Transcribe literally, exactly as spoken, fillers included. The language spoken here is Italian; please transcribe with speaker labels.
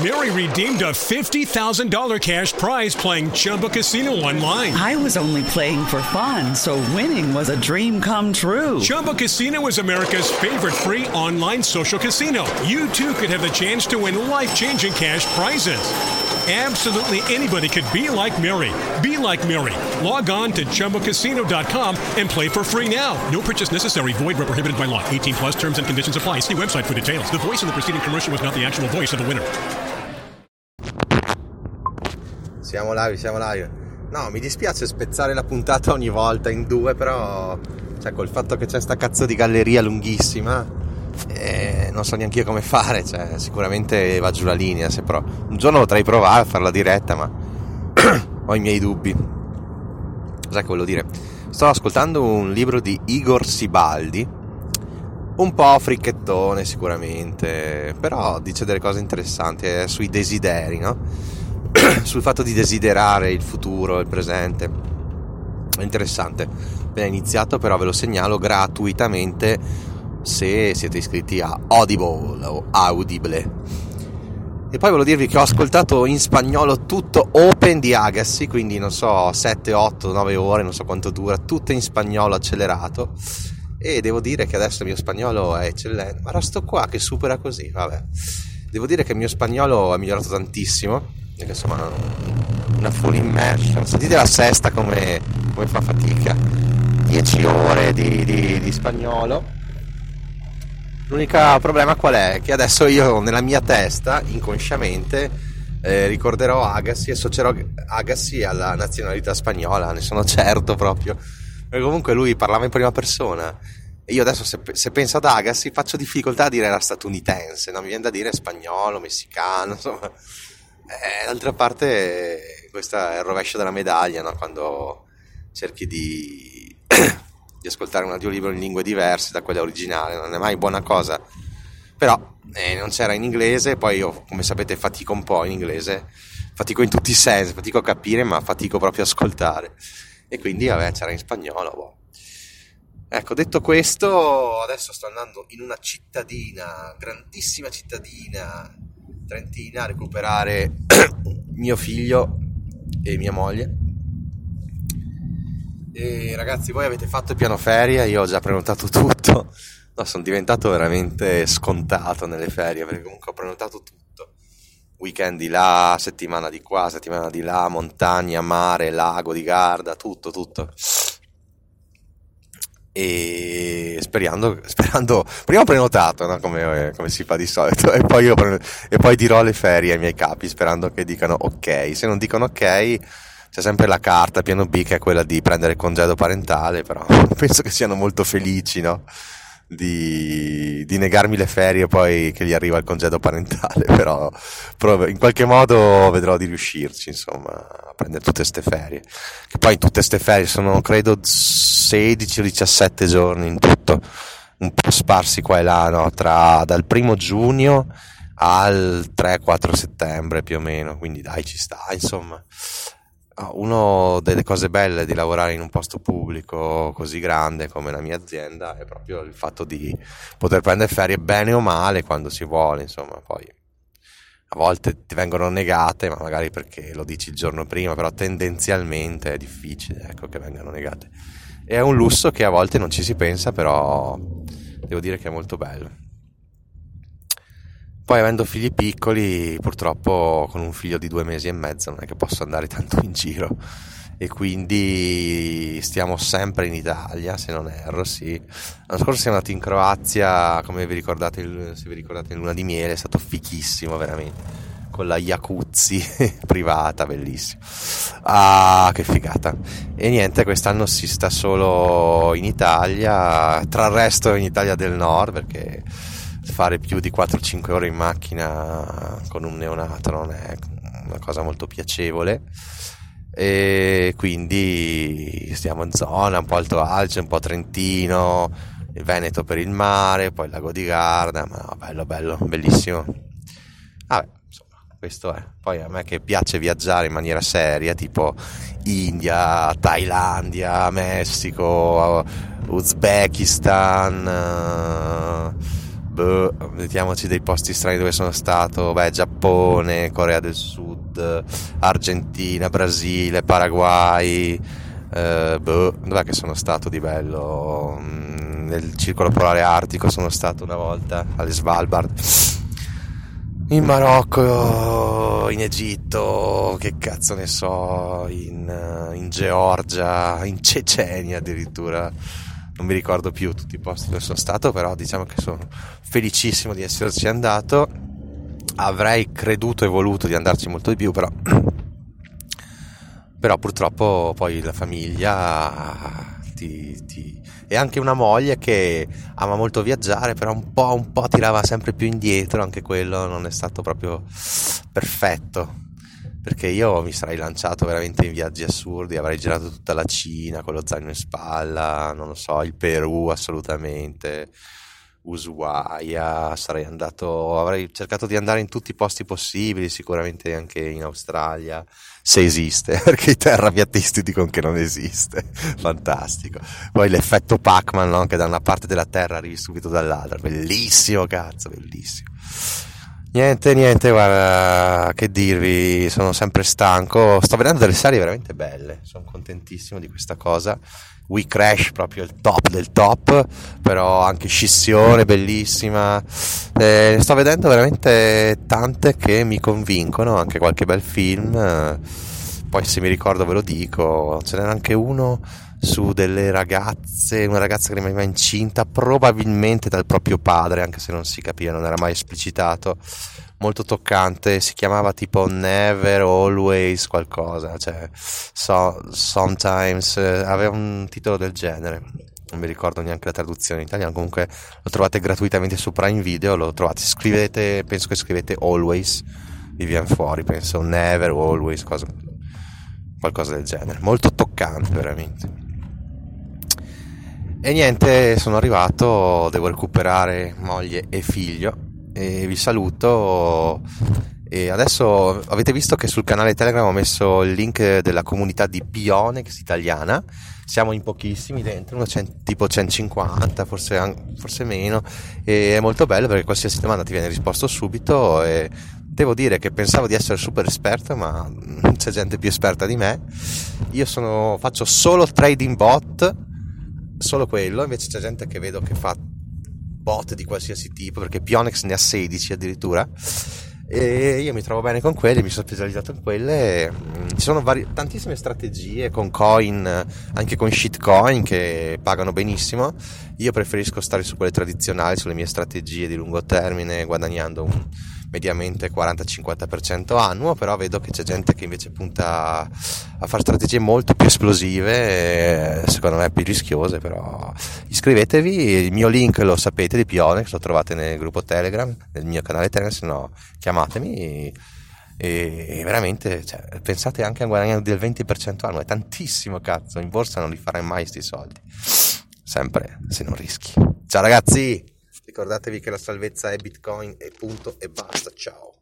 Speaker 1: Mary redeemed a fifty thousand dollars cash prize playing Chumba Casino online.
Speaker 2: I was only playing for fun, so winning was a dream come true.
Speaker 1: Chumba Casino is America's favorite free online social casino. You too could have the chance to win life-changing cash prizes. Absolutely anybody could be like Mary. Be like Mary. Log on to Chumba Casino dot com and play for free now. No purchase necessary. Void where prohibited by law. eighteen plus terms and conditions apply. See website for details. The voice in the preceding commercial was not the actual voice of the winner.
Speaker 3: Siamo live, siamo live. No, mi dispiace spezzare la puntata ogni volta in due, però cioè col fatto che c'è sta cazzo di galleria lunghissima, eh, non so neanche io come fare, cioè sicuramente va giù la linea, se però un giorno potrei provare a farla diretta, ma ho i miei dubbi. Cos'è che volevo dire? Sto ascoltando un libro di Igor Sibaldi, un po' fricchettone sicuramente, però dice delle cose interessanti, è sui desideri, no? Sul fatto di desiderare il futuro, il presente. È interessante. Appena iniziato, però ve lo segnalo gratuitamente se siete iscritti a Audible o Audible. E poi volevo dirvi che ho ascoltato in spagnolo tutto Open di Agassi, quindi non so, sette, otto, nove ore, non so quanto dura, tutto in spagnolo accelerato, e devo dire che adesso il mio spagnolo è eccellente. Ma era sto qua che supera così, vabbè. Devo dire che il mio spagnolo è migliorato tantissimo, perché insomma una full immersion. Sentite la sesta come, come fa fatica. dieci ore di, di, di spagnolo. L'unico problema qual è? Che adesso io nella mia testa inconsciamente eh, ricorderò Agassi e associerò Agassi alla nazionalità spagnola, ne sono certo proprio, perché comunque lui parlava in prima persona e io adesso se, se penso ad Agassi faccio difficoltà a dire era statunitense, non mi viene da dire spagnolo, messicano, insomma. Eh, d'altra parte questo è il rovescio della medaglia, no? Quando cerchi di di ascoltare un audiolibro in lingue diverse da quella originale, non è mai buona cosa, però eh, non c'era in inglese, poi io come sapete fatico un po' in inglese, fatico in tutti i sensi, fatico a capire ma fatico proprio a ascoltare, e quindi vabbè c'era in spagnolo, boh. Ecco, detto questo, adesso sto andando in una cittadina, grandissima cittadina trentina, a recuperare mio figlio e mia moglie. E ragazzi, voi avete fatto il piano ferie? Io ho già prenotato tutto. No, sono diventato veramente scontato nelle ferie, perché comunque ho prenotato tutto. Weekend di là, settimana di qua, settimana di là, montagna, mare, lago di Garda, tutto, tutto. E sperando, sperando prima ho prenotato, no? come, come si fa di solito, e poi, io preno, e poi dirò le ferie ai miei capi sperando che dicano ok. Se non dicono ok, c'è sempre la carta piano B, che è quella di prendere il congedo parentale, però penso che siano molto felici, no? Di, di negarmi le ferie e poi che gli arriva il congedo parentale, però, però in qualche modo vedrò di riuscirci, insomma, a prendere tutte ste ferie, che poi tutte ste ferie sono credo sedici o diciassette giorni in tutto, un po' sparsi qua e là, no? Tra dal primo giugno al tre quattro settembre più o meno, quindi dai, ci sta, insomma. Una delle cose belle di lavorare in un posto pubblico così grande come la mia azienda è proprio il fatto di poter prendere ferie bene o male quando si vuole, insomma. Poi a volte ti vengono negate, ma magari perché lo dici il giorno prima, però tendenzialmente è difficile, ecco, che vengano negate. E è un lusso che a volte non ci si pensa, però devo dire che è molto bello. Poi avendo figli piccoli, purtroppo con un figlio di due mesi e mezzo non è che posso andare tanto in giro, e quindi stiamo sempre in Italia, se non erro, sì. L'anno scorso siamo andati in Croazia, come vi ricordate, se vi ricordate, in luna di miele, è stato fichissimo veramente, con la jacuzzi privata, bellissimo. Ah, che figata. E niente, quest'anno si sta solo in Italia, tra il resto in Italia del Nord, perché fare più di quattro cinque ore in macchina con un neonato non è una cosa molto piacevole, e quindi stiamo in zona un po' Alto Adige, un po' Trentino, il Veneto per il mare, poi il lago di Garda, ma no, bello bello, bellissimo. Vabbè, insomma, questo è. Poi a me che piace viaggiare in maniera seria, tipo India, Thailandia, Messico, Uzbekistan, boh, mettiamoci dei posti strani dove sono stato. Beh, Giappone, Corea del Sud, Argentina, Brasile, Paraguay. Eh, boh, dov'è che sono stato di bello? Nel circolo polare artico sono stato una volta, alle Svalbard, in Marocco, in Egitto, che cazzo ne so, in, in Georgia, in Cecenia addirittura. Non mi ricordo più tutti i posti dove sono stato, però diciamo che sono felicissimo di esserci andato. Avrei creduto e voluto di andarci molto di più, però però purtroppo poi la famiglia ti, ti... e anche una moglie che ama molto viaggiare, però un po', un po' tirava sempre più indietro. Anche quello non è stato proprio perfetto, perché io mi sarei lanciato veramente in viaggi assurdi, avrei girato tutta la Cina con lo zaino in spalla, non lo so, il Perù assolutamente, Ushuaia, sarei andato, avrei cercato di andare in tutti i posti possibili, sicuramente anche in Australia, se esiste, perché i terrapiattisti dicono che non esiste. Fantastico. Poi l'effetto Pac-Man, no? Che da una parte della terra arrivi subito dall'altra, bellissimo, cazzo, bellissimo. Niente, niente, guarda, che dirvi, sono sempre stanco, sto vedendo delle serie veramente belle, sono contentissimo di questa cosa. We Crash, proprio il top del top, però anche Scissione, bellissima. Eh, sto vedendo veramente tante che mi convincono, anche qualche bel film. Poi se mi ricordo ve lo dico. Ce n'era anche uno su delle ragazze, una ragazza che rimaneva incinta probabilmente dal proprio padre, anche se non si capiva, non era mai esplicitato. Molto toccante, si chiamava tipo Never, Always qualcosa, cioè so, Sometimes, eh, aveva un titolo del genere, non mi ricordo neanche la traduzione in italiano. Comunque lo trovate gratuitamente su Prime Video, lo trovate, scrivete, penso che scrivete Always, vi viene fuori, penso Never, Always, cosa, qualcosa del genere, molto toccante veramente. E niente, sono arrivato, devo recuperare moglie e figlio e vi saluto. E adesso avete visto che sul canale Telegram ho messo il link della comunità di Pionex italiana. Siamo in pochissimi dentro, tipo centocinquanta, forse, forse meno, e è molto bello perché qualsiasi domanda ti viene risposto subito. E devo dire che pensavo di essere super esperto, ma c'è gente più esperta di me. Io sono faccio solo trading bot, solo quello, invece c'è gente che vedo che fa bot di qualsiasi tipo, perché Pionex ne ha sedici addirittura, e io mi trovo bene con quelle, mi sono specializzato in quelle. Ci sono vari, tantissime strategie con coin, anche con shitcoin che pagano benissimo. Io preferisco stare su quelle tradizionali, sulle mie strategie di lungo termine, guadagnando un, mediamente quaranta cinquanta per cento annuo, però vedo che c'è gente che invece punta a fare strategie molto più esplosive, secondo me più rischiose. Però iscrivetevi, il mio link lo sapete di Pionex, lo trovate nel gruppo Telegram, nel mio canale Telegram, se no chiamatemi. E veramente, cioè, pensate anche a guadagnare del venti per cento annuo, è tantissimo, cazzo, in borsa non li farai mai sti soldi, sempre se non rischi. Ciao ragazzi, ricordatevi che la salvezza è Bitcoin e punto e basta, ciao.